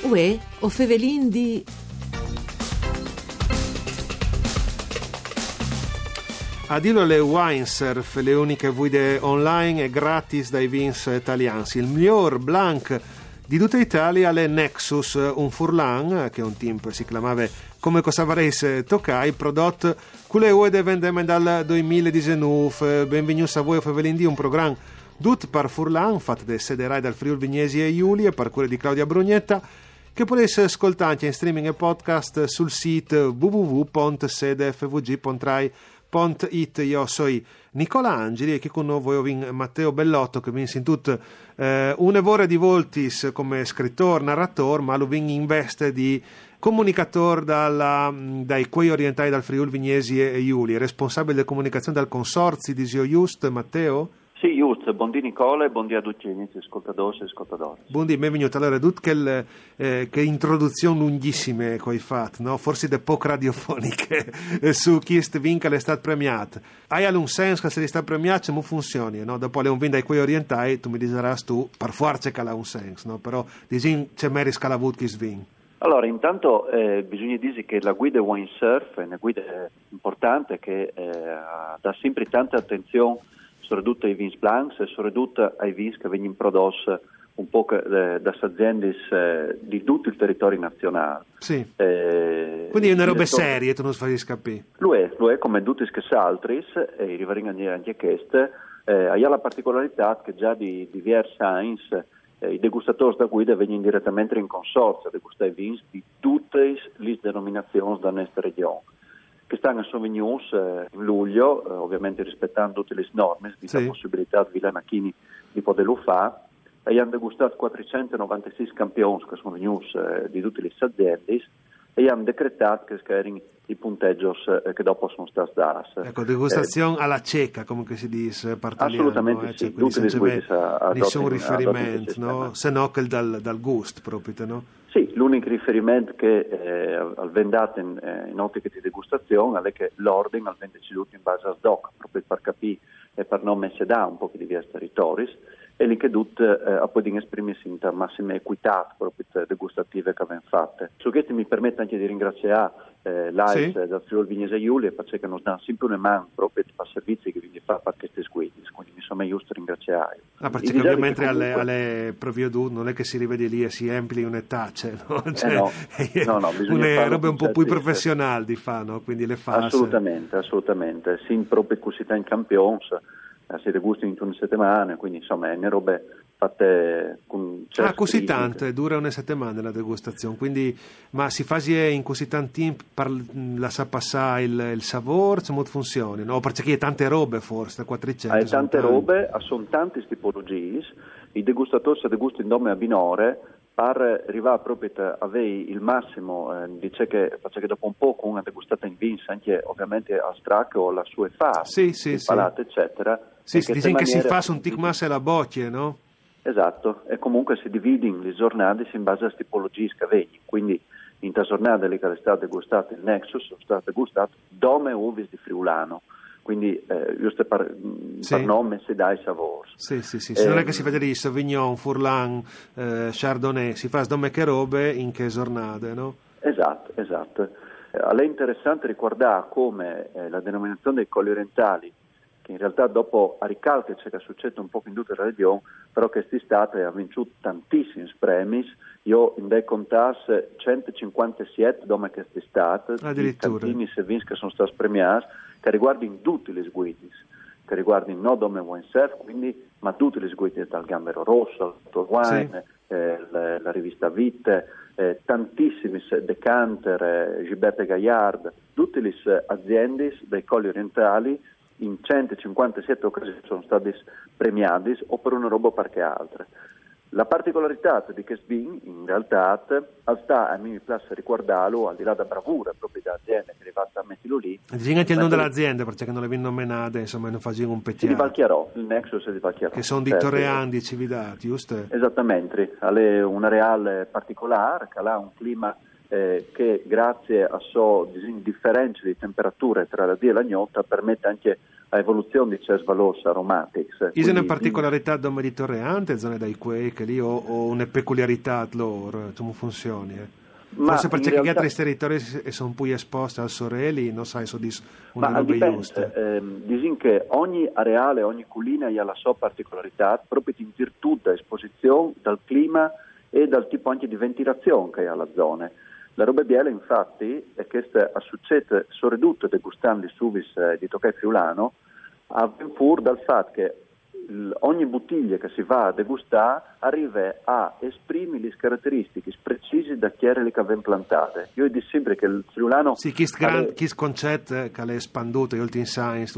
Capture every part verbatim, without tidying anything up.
Uè, o Fevelin di... Adilo le Winesurf, le uniche guide online e gratis dai vins italiani. Il miglior blanc di tutta Italia è Nexus, un furlan che un tempo si chiamava come cosa varese toccai, prodotto cule ue de vendeme dal duemiladiciannove. Benvenuti a voi a Fevelin di un programma dut par furlan fatto da Sederai dal Friuli Vignesi e Giulia, per cura di Claudia Brugnetta, che potete ascoltare anche in streaming e podcast sul sito w w w punto sedefvg punto rai punto it. Io sono Nicola Angeli e qui con noi ho Matteo Bellotto, che vince in tutto eh, un'evore di voltis come scrittore, narratore, ma lo vince in veste di comunicatore dalla, dai quei orientali dal Friuli Vignesi e Giulia, responsabile di comunicazione dal consorzio di Zio Just. Matteo? Sì, Just, buondì Nicola e buondì a tutti gli inizi ascoltatori e ascoltatori. Buondì, benvenuto. Allora, tut che, eh, che introduzione lunghissime che hai fatto, no? Forse de poco radiofoniche su chi è vinca è stato premiato. Hai un senso che se è stato premiato come funzioni, no? Dopo le un vin dai quei orientali, tu mi dirai tu, per forza che ha un senso, no? Però dici c'è meri scalavut chi svin. Allora, intanto eh, bisogna dire che la guida Winesurf è una guida importante che eh, dà sempre tanta attenzione soprattutto ai vins blancs e soprattutto ai vins che vengono prodotti un po' eh, da aziende eh, di tutto il territorio nazionale. Sì. Eh, Quindi è una roba seria, tu non fai scappi. Lo è, lo è come tutti gli altri, e rivengono anche queste. Eh, ha la particolarità che già di diversi anni eh, i degustatori da guida vengono direttamente in consorzio a degustare i vins di tutte le denominazioni della nostra regione, che stanno a Sauvignon eh, in luglio, eh, ovviamente rispettando tutte le norme, di sì. La possibilità di Villanachini di poterlo fare, e hanno degustato quattrocentonovantasei campioni che sono venuti eh, di tutte le aziende e hanno decretato che erano i punteggi eh, che dopo sono stati dati. Ecco, degustazione eh, alla cieca, come si dice, partaliano. Assolutamente eh, sì, cioè, quindi tutte le c'è nessun riferimento, no? Se no che dal, dal gusto proprio, no? Sì, l'unico riferimento che eh, al vendato in, eh, in ottica di degustazione è che l'ordine al vende ceduto in base al D O C, proprio per capire e per non messe da un po' di diversi territori, e lì che tutti eh, poi esprimersi in massima equità proprio degustative che abbiamo fatte. Su questo mi permette anche di ringraziare eh, l'A I S sì. Dal Friuli Vignesi e Giulia, perché ci danno sempre una mano proprio per i servizi che vi fa per queste guide, quindi mi sono giusto ringraziare. Ah, perché ovviamente comunque... alle, alle provvedute non è che si rivede lì e si empli una tacce, no? Cioè, eh no, no, no, una roba un po' più professionale di fa, no? Quindi le fa assolutamente, assolutamente, sin proprio così in campioni, si degusta in una settimana, quindi insomma è una robe fatte con ah così tante, dura una settimana la degustazione, quindi ma si fa in così tanti tempo per lasciare passare il, il sapore, come funziona, no? Perché è tante robe forse, quattrocento hai tante robe, sono tante tipologie, i degustatori si degustano in nome a binore per arrivare proprio a avere il massimo, eh, dice che faccia che dopo un po' con una degustata in vins anche ovviamente al stracco o la sua fase, sì, sì, il sì. palato eccetera. Sì, si dice che si fa un tic massa e la bocchia, no? Esatto, e comunque si dividono le giornate in base a tipologie che vedi, quindi in ta giornata lì che è stato degustato il Nexus, sono state degustate dome uvis di Friulano, quindi eh, giusto per, sì. per nome si dà i sapori. Sì, sì, sì, eh, non è che si vede lì Sauvignon, Furlan, eh, Chardonnay, si fa dome che robe in che giornate, no? Esatto, esatto. Eh, è interessante ricordare come eh, la denominazione dei colli orientali, in realtà dopo a ricalche c'è che succede un po' in tutta la regione, però che quest'estate ha vinto tantissimi premi. Io in dei contas centocinquantasette dome che quest'estate, di cantini e vins che sono stati premiati, che riguardano tutte le guide, che riguardano non dome Winesurf, quindi ma tutte le guide dal Gambero Rosso, il Tour Wine, sì. eh, la, la rivista Vite, eh, tantissimi decanter, eh, Giuseppe Gaillard, tutte le aziende dei colli orientali in centocinquantasette occasioni sono stati premiati o per una roba o per che altre. La particolarità di questo vin, in realtà, sta a me mi piace ricordarlo, al di là da bravura proprio dell'azienda che è arrivata a metterlo lì. Dici anche il nome dell'azienda, perché non le vengono nominate, insomma, non facciamo un pettiano. Di Valchiarò, il Nexus è di Valchiarò. Che sono di certo. Torrean, di Cividà, giusto? Esattamente, è un areale particolare, che ha un clima eh, che grazie a so differenze di temperature tra la dia e la notte permette anche a evoluzione di ces valos aromatics. Is una particolarità del Mediterraneo, zone dai quei che lì o, o una peculiarità loro, come funzioni? Eh? Forse perché realtà... gli altri territori sono più esposti al sorelli, non sai, so di una ma roba giusta. Eh, dicono che ogni areale, ogni collina ha la sua particolarità, proprio in virtù dell'esposizione, dal clima e dal tipo anche di ventilazione che ha la zona. La roba biela, infatti, è che a succede soprattutto degustando i suvis eh, di Toccai Friulano, avviene dal fatto che ogni bottiglia che si va a degustare arriva a esprimere le caratteristiche precise da chiare che avevano plantate. Io dico sempre che il friulano... Sì, questo ave... concetto che l'è espanduto, gli ultimi science,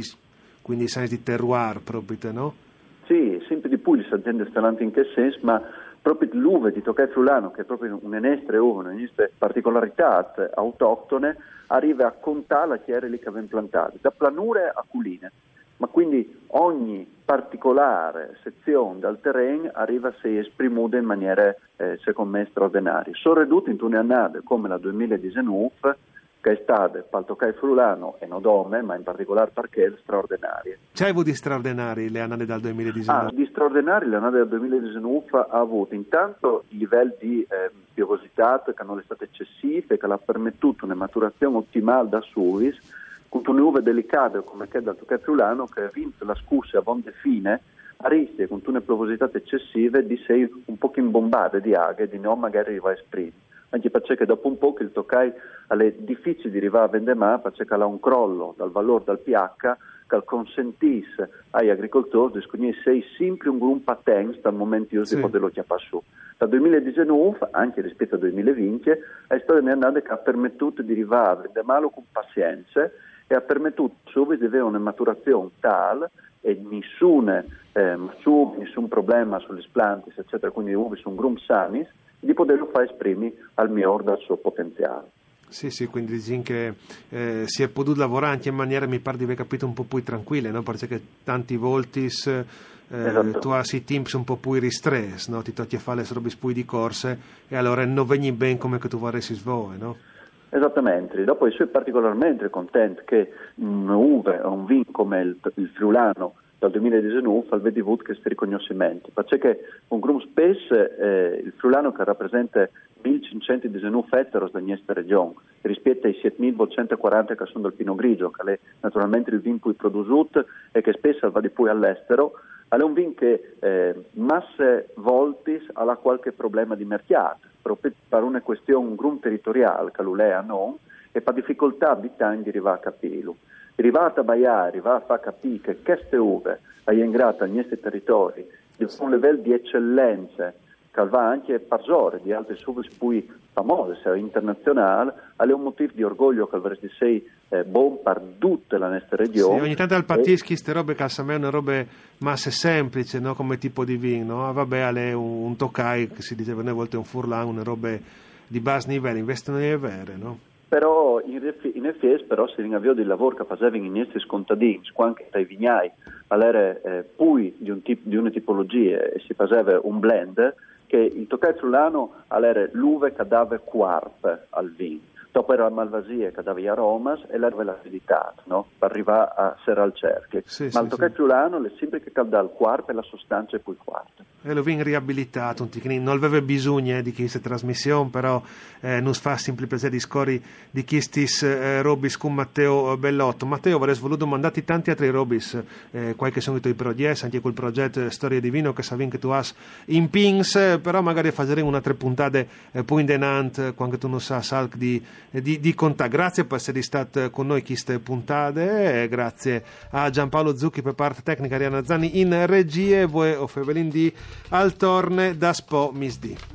quindi i science di terroir proprio, no? Sì, sempre di più le aziende stellanti in che senso, ma proprio l'uve di Toccai Friulano, che è proprio un'enestre uve, un'enestre particolarità autoctone, arriva a contare la chiare che avevano plantate, da planure a culine. Ma quindi ogni particolare sezione del terreno arriva a essere esprimuta in maniera, eh, secondo me, straordinaria. Sono ridotte in una annate come la duemiladiciannove, che è stata per il Toccai Friulano e Nodome, ma in particolare perché straordinarie. C'hai avuto di straordinari le annate dal duemiladiciannove? Ah, di straordinari le annate del duemiladiciannove ha avuto intanto il livello di eh, piovosità che non è stato eccessivo e che ha permesso una maturazione ottimale da suvis, con una uve delicata come quella del Toccai Friulano che ha vinto la scusa a bonde fine a rischio con una piovosità eccessiva di sei un po' imbombate di aghe di no magari va a esprimere, anche perché dopo un po' che il Toccai è difficile di arrivare a vendemà perché ha un crollo dal valore del pH che consentisse agli agricoltori di scogliere sempre un gruppo patente dal momento di sì. poterlo chiappare su. Dal duemiladiciannove, anche rispetto al duemilaventi, è stata un'annata che ha permesso di arrivare a vendemalo con pazienza e ha permesso subito di avere una maturazione tale e nessun, eh, nessun problema sulle planti, eccetera, quindi uve sono grum sanis, di poterlo fare esprimere al miglior del suo potenziale. Sì, sì, quindi dici che eh, si è potuto lavorare anche in maniera, mi pare di aver capito, un po' più tranquilla, no? Perché tanti volti eh, esatto. tu hai i teams un po' più ristretti, no? Ti tocchi a fare le robe più di corse e allora non veni bene come che tu vorresti svolgere, no? Esattamente, dopo io sono particolarmente contento che un'uve o un vino come il, il Friulano dal duemiladiciannove al vedi avuto questi riconoscimenti, perché un gruppo spesso eh, il Friulano che rappresenta millecinquecentodiciannove ettari da questa regione rispetto ai settemiladuecentoquaranta che sono del Pinot Grigio, che è naturalmente il vino più prodotto e che spesso va di più all'estero, è un vino che eh, masse volte ha qualche problema di mercato, proprio per una questione un gruppo territoriale che l'Ulea non e per difficoltà abitanti di arrivare a capirlo. Arrivata a Baiare, arrivata a far capire che queste uve hai ingrata in questi territori di un livello di eccellenza che va anche parzore di altre uve più famose, cioè internazionali, è un motivo di orgoglio che avresti sei eh, buon per tutta la nostra regione. Sì, ogni tanto al patischi queste robe che a me sono robe masse semplici, no? Come tipo di vino, no? Vabbè, è un, un Toccai che si diceva una volta un Furlan, una robe di basso livello, investono nelle vere, no? Però in, in effetti però se in avvio di lavoro che facevano in questi scontadini, anche dai vignai, all'era eh, poi di, un tip, di una tipologia e si faceva un blend, che il Toccai Friulano all'era l'uve che dava quarp al vino. Dopo era la Malvasia che dava gli aromas e l'erba l'acidità, no? Per arrivare a essere al cerchio. Sì, Ma sì, il Toccai Friulano è sempre che calda il quarp e la sostanza è poi il quarto. E lo viene riabilitato, non aveva bisogno eh, di questa trasmissione, però eh, non fa sempre piacere di scorri di questi eh, robis con Matteo Bellotto. Matteo, avrei voluto mandare tanti altri robis, eh, qualche sono i tuoi progetti, anche quel progetto eh, Storia di Vino che sapevi che tu hai in Pings, eh, però magari faremo un'altra puntata eh, poi in denant, quando tu non sai salc di Di, di contatto. Grazie per essere stato con noi queste puntate e grazie a Giampaolo Zucchi per parte tecnica, Arianna Zanni in regie, voi o Fevelin di Altorne da Spo Misdi.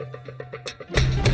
Ciao.